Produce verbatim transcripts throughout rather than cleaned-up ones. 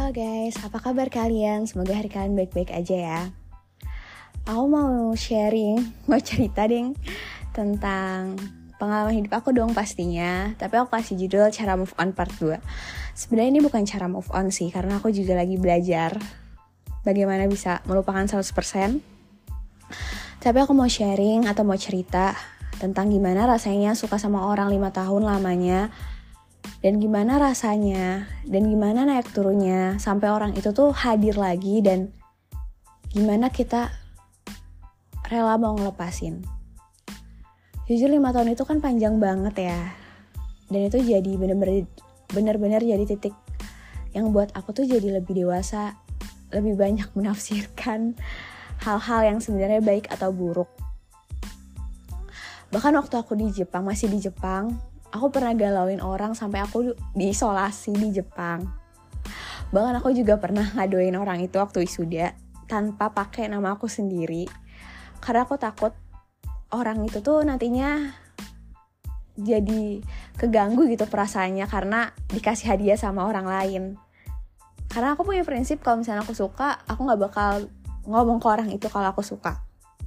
Halo guys, apa kabar kalian? Semoga hari kalian baik-baik aja ya. Aku mau sharing, mau cerita ding tentang pengalaman hidup aku dong pastinya. Tapi aku kasih judul cara move on part dua. Sebenarnya ini bukan cara move on sih, karena aku juga lagi belajar bagaimana bisa melupakan seratus persen. Tapi aku mau sharing atau mau cerita tentang gimana rasanya suka sama orang lima tahun lamanya, dan gimana rasanya, dan gimana naik turunnya sampai orang itu tuh hadir lagi, dan gimana kita rela mau ngelepasin. Jujur lima tahun itu kan panjang banget ya, dan itu jadi bener-bener bener-bener jadi titik yang buat aku tuh jadi lebih dewasa, lebih banyak menafsirkan hal-hal yang sebenarnya baik atau buruk. Bahkan waktu aku di Jepang, masih di Jepang, aku pernah galauin orang sampai aku diisolasi di Jepang. Bahkan aku juga pernah ngadoin orang itu waktu wisuda tanpa pakai nama aku sendiri, karena aku takut orang itu tuh nantinya jadi keganggu gitu perasaannya karena dikasih hadiah sama orang lain. Karena aku punya prinsip kalau misalnya aku suka, aku gak bakal ngomong ke orang itu kalau aku suka.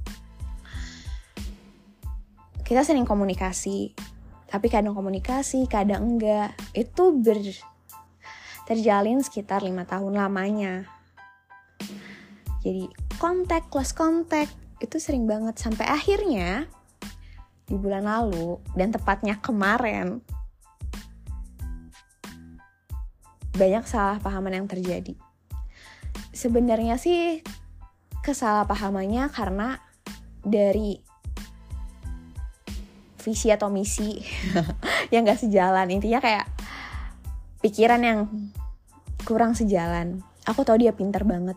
Kita sering komunikasi, tapi kadang komunikasi, kadang enggak. Itu ber terjalin sekitar lima tahun lamanya. Jadi kontak, close kontak, itu sering banget. Sampai akhirnya di bulan lalu, dan tepatnya kemarin, banyak salah pahaman yang terjadi. Sebenarnya sih kesalahpahamannya karena dari visi atau misi yang gak sejalan. Intinya kayak pikiran yang kurang sejalan. Aku tahu dia pintar banget,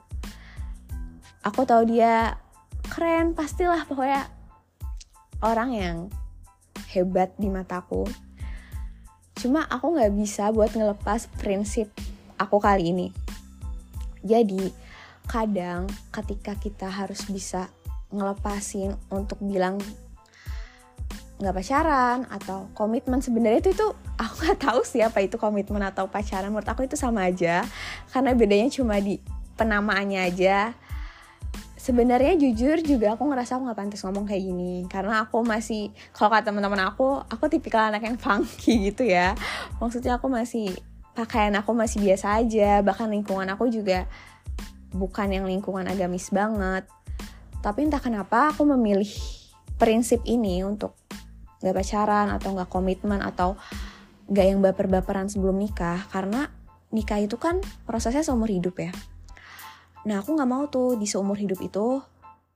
aku tahu dia keren, pastilah pokoknya orang yang hebat di mataku. Cuma aku gak bisa buat ngelepas prinsip aku kali ini. Jadi kadang ketika kita harus bisa ngelepasin untuk bilang nggak pacaran atau komitmen, sebenarnya itu itu aku nggak tahu siapa itu komitmen atau pacaran. Menurut aku itu sama aja, karena bedanya cuma di penamaannya aja. Sebenarnya jujur juga aku ngerasa aku nggak pantas ngomong kayak gini, karena aku masih, kalau kata teman-teman aku, aku tipikal anak yang funky gitu ya. Maksudnya aku masih, pakaian aku masih biasa aja, bahkan lingkungan aku juga bukan yang lingkungan agamis banget. Tapi entah kenapa aku memilih prinsip ini untuk gak pacaran atau gak komitmen atau gak yang baper-baperan sebelum nikah. Karena nikah itu kan prosesnya seumur hidup ya. Nah aku gak mau tuh di seumur hidup itu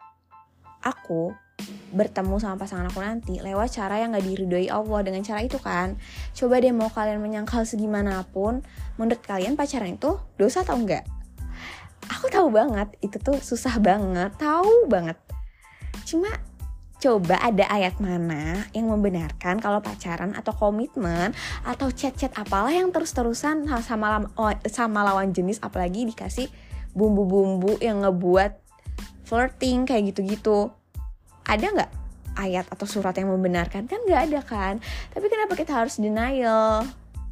aku bertemu sama pasangan aku nanti lewat cara yang gak diridhoi Allah. Dengan cara itu kan, coba deh mau kalian menyangkal segimanapun, menurut kalian pacaran itu dosa atau enggak? Aku tahu banget itu tuh susah banget, tahu banget. Cuma coba ada ayat mana yang membenarkan kalau pacaran atau komitmen atau chat-chat apalah yang terus-terusan sama, sama lawan jenis, apalagi dikasih bumbu-bumbu yang ngebuat flirting kayak gitu-gitu. Ada gak ayat atau surat yang membenarkan? Kan gak ada kan? Tapi kenapa kita harus denial?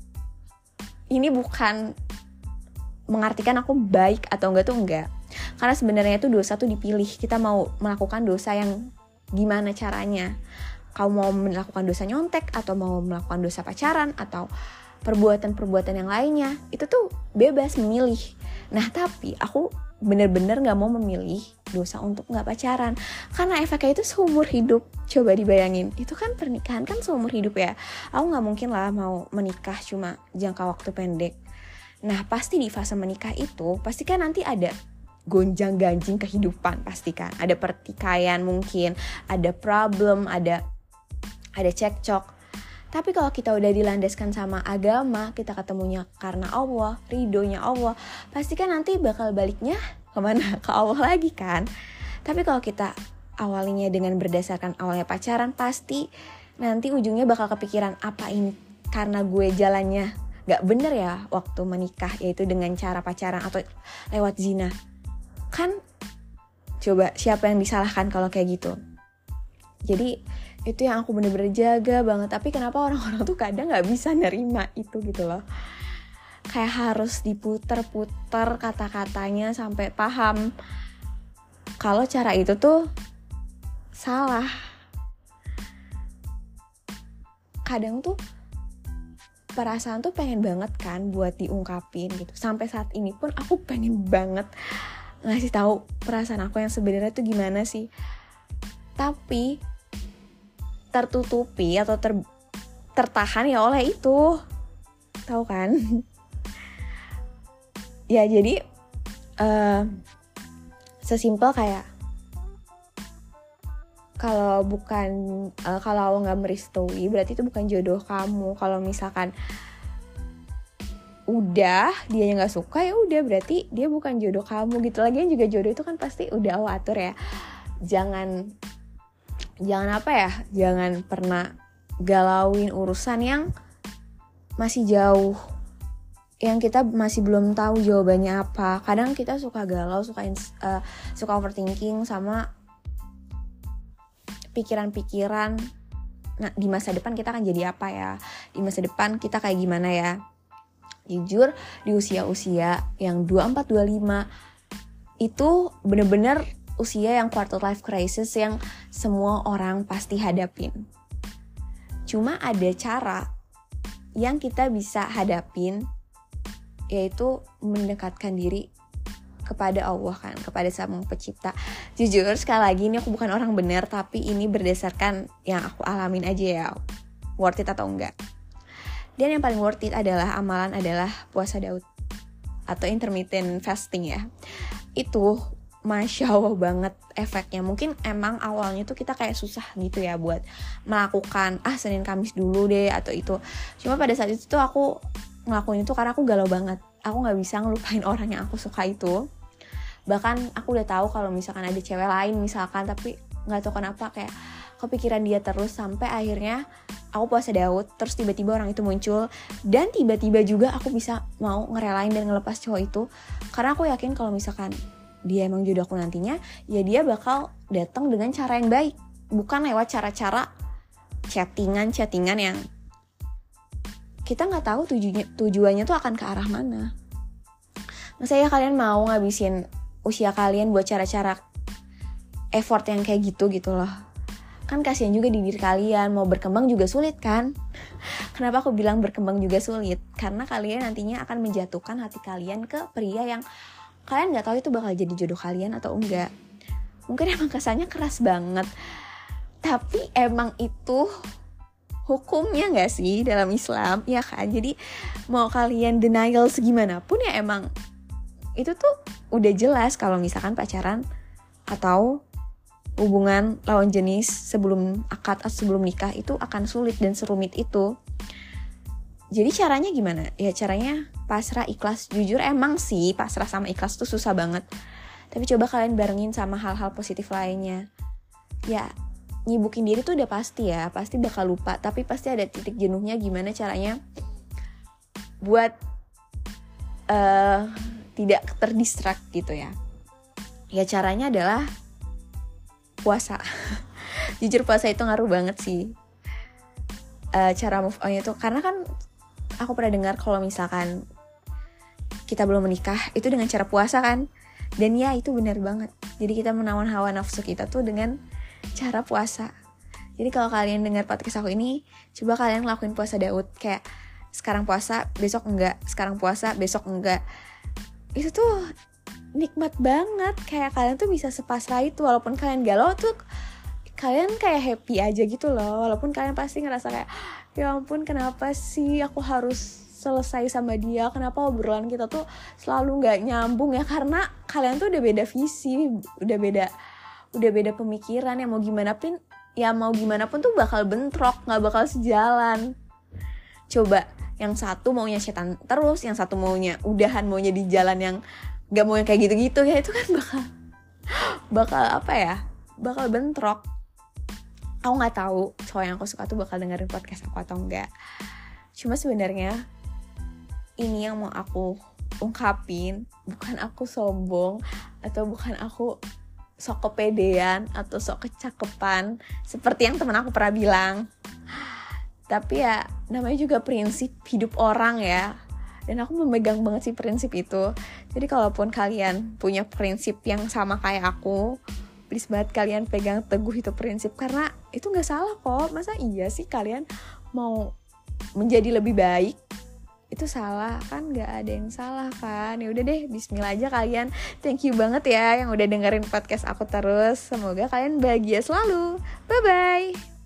Ini bukan mengartikan aku baik atau enggak tuh enggak. Karena sebenarnya itu dosa tuh dipilih. Kita mau melakukan dosa yang gimana caranya. Kau mau melakukan dosa nyontek, atau mau melakukan dosa pacaran, atau perbuatan-perbuatan yang lainnya, itu tuh bebas memilih. Nah tapi aku bener-bener gak mau memilih dosa untuk gak pacaran, karena efeknya itu seumur hidup. Coba dibayangin, itu kan pernikahan kan seumur hidup ya. Aku gak mungkin lah mau menikah cuma jangka waktu pendek. Nah pasti di fase menikah itu pasti kan nanti ada gonjang-ganjing kehidupan, pasti kan ada pertikaian, mungkin ada problem, ada ada cekcok. Tapi kalau kita udah dilandaskan sama agama, kita ketemunya karena Allah, ridhonya Allah, pasti kan nanti bakal baliknya kemana? Ke Allah lagi kan. Tapi kalau kita awalnya dengan berdasarkan awalnya pacaran, pasti nanti ujungnya bakal kepikiran, apa ini karena gue jalannya gak bener ya waktu menikah, yaitu dengan cara pacaran atau lewat zina. Kan coba siapa yang disalahkan kalau kayak gitu? Jadi itu yang aku bener-bener jaga banget. Tapi kenapa orang-orang tuh kadang gak bisa nerima itu gitu loh. kayak harus diputer-puter kata-katanya sampai paham kalau cara itu tuh salah. Kadang tuh perasaan tuh pengen banget kan buat diungkapin gitu. Sampai saat ini pun aku pengen banget ngasih tahu perasaan aku yang sebenarnya tuh gimana sih. Tapi tertutupi atau ter, tertahan ya oleh itu. Tahu kan? Ya jadi uh, sesimpel kayak kalau bukan uh, kalau Allah nggak merestui berarti itu bukan jodoh kamu. Kalau misalkan udah dia yang nggak suka ya udah berarti dia bukan jodoh kamu gitu. Lagian juga jodoh itu kan pasti udah Allah atur ya. Jangan jangan apa ya? Jangan pernah galauin urusan yang masih jauh, yang kita masih belum tahu jawabannya apa. Kadang kita suka galau, suka uh, suka overthinking sama pikiran-pikiran. Nah, di masa depan kita akan jadi apa ya? Di masa depan kita kayak gimana ya? Jujur, di usia-usia yang dua puluh empat dua puluh lima itu bener-bener usia yang quarter life crisis yang semua orang pasti hadapin. Cuma ada cara yang kita bisa hadapin, yaitu mendekatkan diri kepada Allah kan, kepada Sang Pencipta. Jujur sekali lagi ini aku bukan orang benar, tapi ini berdasarkan yang aku alamin aja ya, worth it atau enggak. Dan yang paling worth it adalah amalan adalah puasa Daud atau intermittent fasting ya. Itu Masya Allah banget efeknya. Mungkin emang awalnya tuh kita kayak susah gitu ya buat melakukan ah Senin Kamis dulu deh atau itu. Cuma pada saat itu tuh aku ngelakuin itu karena aku galau banget. Aku gak bisa ngelupain orang yang aku suka itu. Bahkan aku udah tahu kalau misalkan ada cewek lain misalkan, tapi gak tahu kenapa kayak kepikiran dia terus sampai akhirnya aku puasa Daud. Terus tiba-tiba orang itu muncul dan tiba-tiba juga aku bisa mau ngerelain dan ngelepas cowok itu. Karena aku yakin kalau misalkan dia emang jodoh aku nantinya, ya dia bakal datang dengan cara yang baik, bukan lewat cara-cara chattingan-chattingan yang kita nggak tahu tujuannya tujuannya tuh akan ke arah mana. Masa ya kalian mau ngabisin usia kalian buat cara-cara effort yang kayak gitu gitu loh? Kan kasihan juga di diri kalian, mau berkembang juga sulit kan? Kenapa aku bilang berkembang juga sulit? Karena kalian nantinya akan menjatuhkan hati kalian ke pria yang kalian gak tahu itu bakal jadi jodoh kalian atau enggak. Mungkin emang kesannya keras banget, tapi emang itu hukumnya gak sih dalam Islam, ya kan? Jadi mau kalian denial segimanapun ya emang itu tuh udah jelas kalau misalkan pacaran atau hubungan lawan jenis sebelum akad atau sebelum nikah itu akan sulit dan serumit itu. Jadi caranya gimana? Ya caranya pasrah, ikhlas. Jujur emang sih pasrah sama ikhlas tuh susah banget. Tapi coba kalian barengin sama hal-hal positif lainnya. Ya nyibukin diri tuh udah pasti ya, pasti bakal lupa. Tapi pasti ada titik jenuhnya gimana caranya buat uh, tidak terdistract gitu ya. Ya caranya adalah puasa. Jujur puasa itu ngaruh banget sih. Uh, cara move on itu karena kan aku pernah dengar kalau misalkan kita belum menikah itu dengan cara puasa kan. Dan ya itu benar banget. Jadi kita menawan hawa nafsu kita tuh dengan cara puasa. Jadi kalau kalian dengar podcast aku ini, coba kalian lakuin puasa Daud. Kayak sekarang puasa, besok enggak. Sekarang puasa, besok enggak. Itu tuh nikmat banget. Kayak kalian tuh bisa sepasrah itu. Walaupun kalian galau tuh kalian kayak happy aja gitu loh. Walaupun kalian pasti ngerasa kayak ya ampun kenapa sih aku harus selesai sama dia, kenapa obrolan kita tuh selalu gak nyambung ya. Karena kalian tuh udah beda visi, udah beda udah beda pemikiran. Ya mau gimana pun ya mau gimana pun tuh bakal bentrok, gak bakal sejalan. Coba yang satu maunya setan terus, yang satu maunya udahan, maunya di jalan yang gak mau yang kayak gitu-gitu, ya itu kan bakal bakal apa ya, bakal bentrok. Aku nggak tahu cowok yang aku suka tuh bakal dengerin podcast aku atau enggak. Cuma sebenarnya ini yang mau aku ungkapin, bukan aku sombong atau bukan aku sok kepedean atau sok kecakepan seperti yang teman aku pernah bilang. Tapi ya namanya juga prinsip hidup orang ya. Dan aku memegang banget sih prinsip itu. Jadi kalaupun kalian punya prinsip yang sama kayak aku, please banget kalian pegang teguh itu prinsip, karena itu gak salah kok. Masa iya sih kalian mau menjadi lebih baik itu salah? Kan gak ada yang salah kan. Ya udah deh, bismillah aja kalian. Thank you banget ya yang udah dengerin podcast aku terus. Semoga kalian bahagia selalu. Bye bye.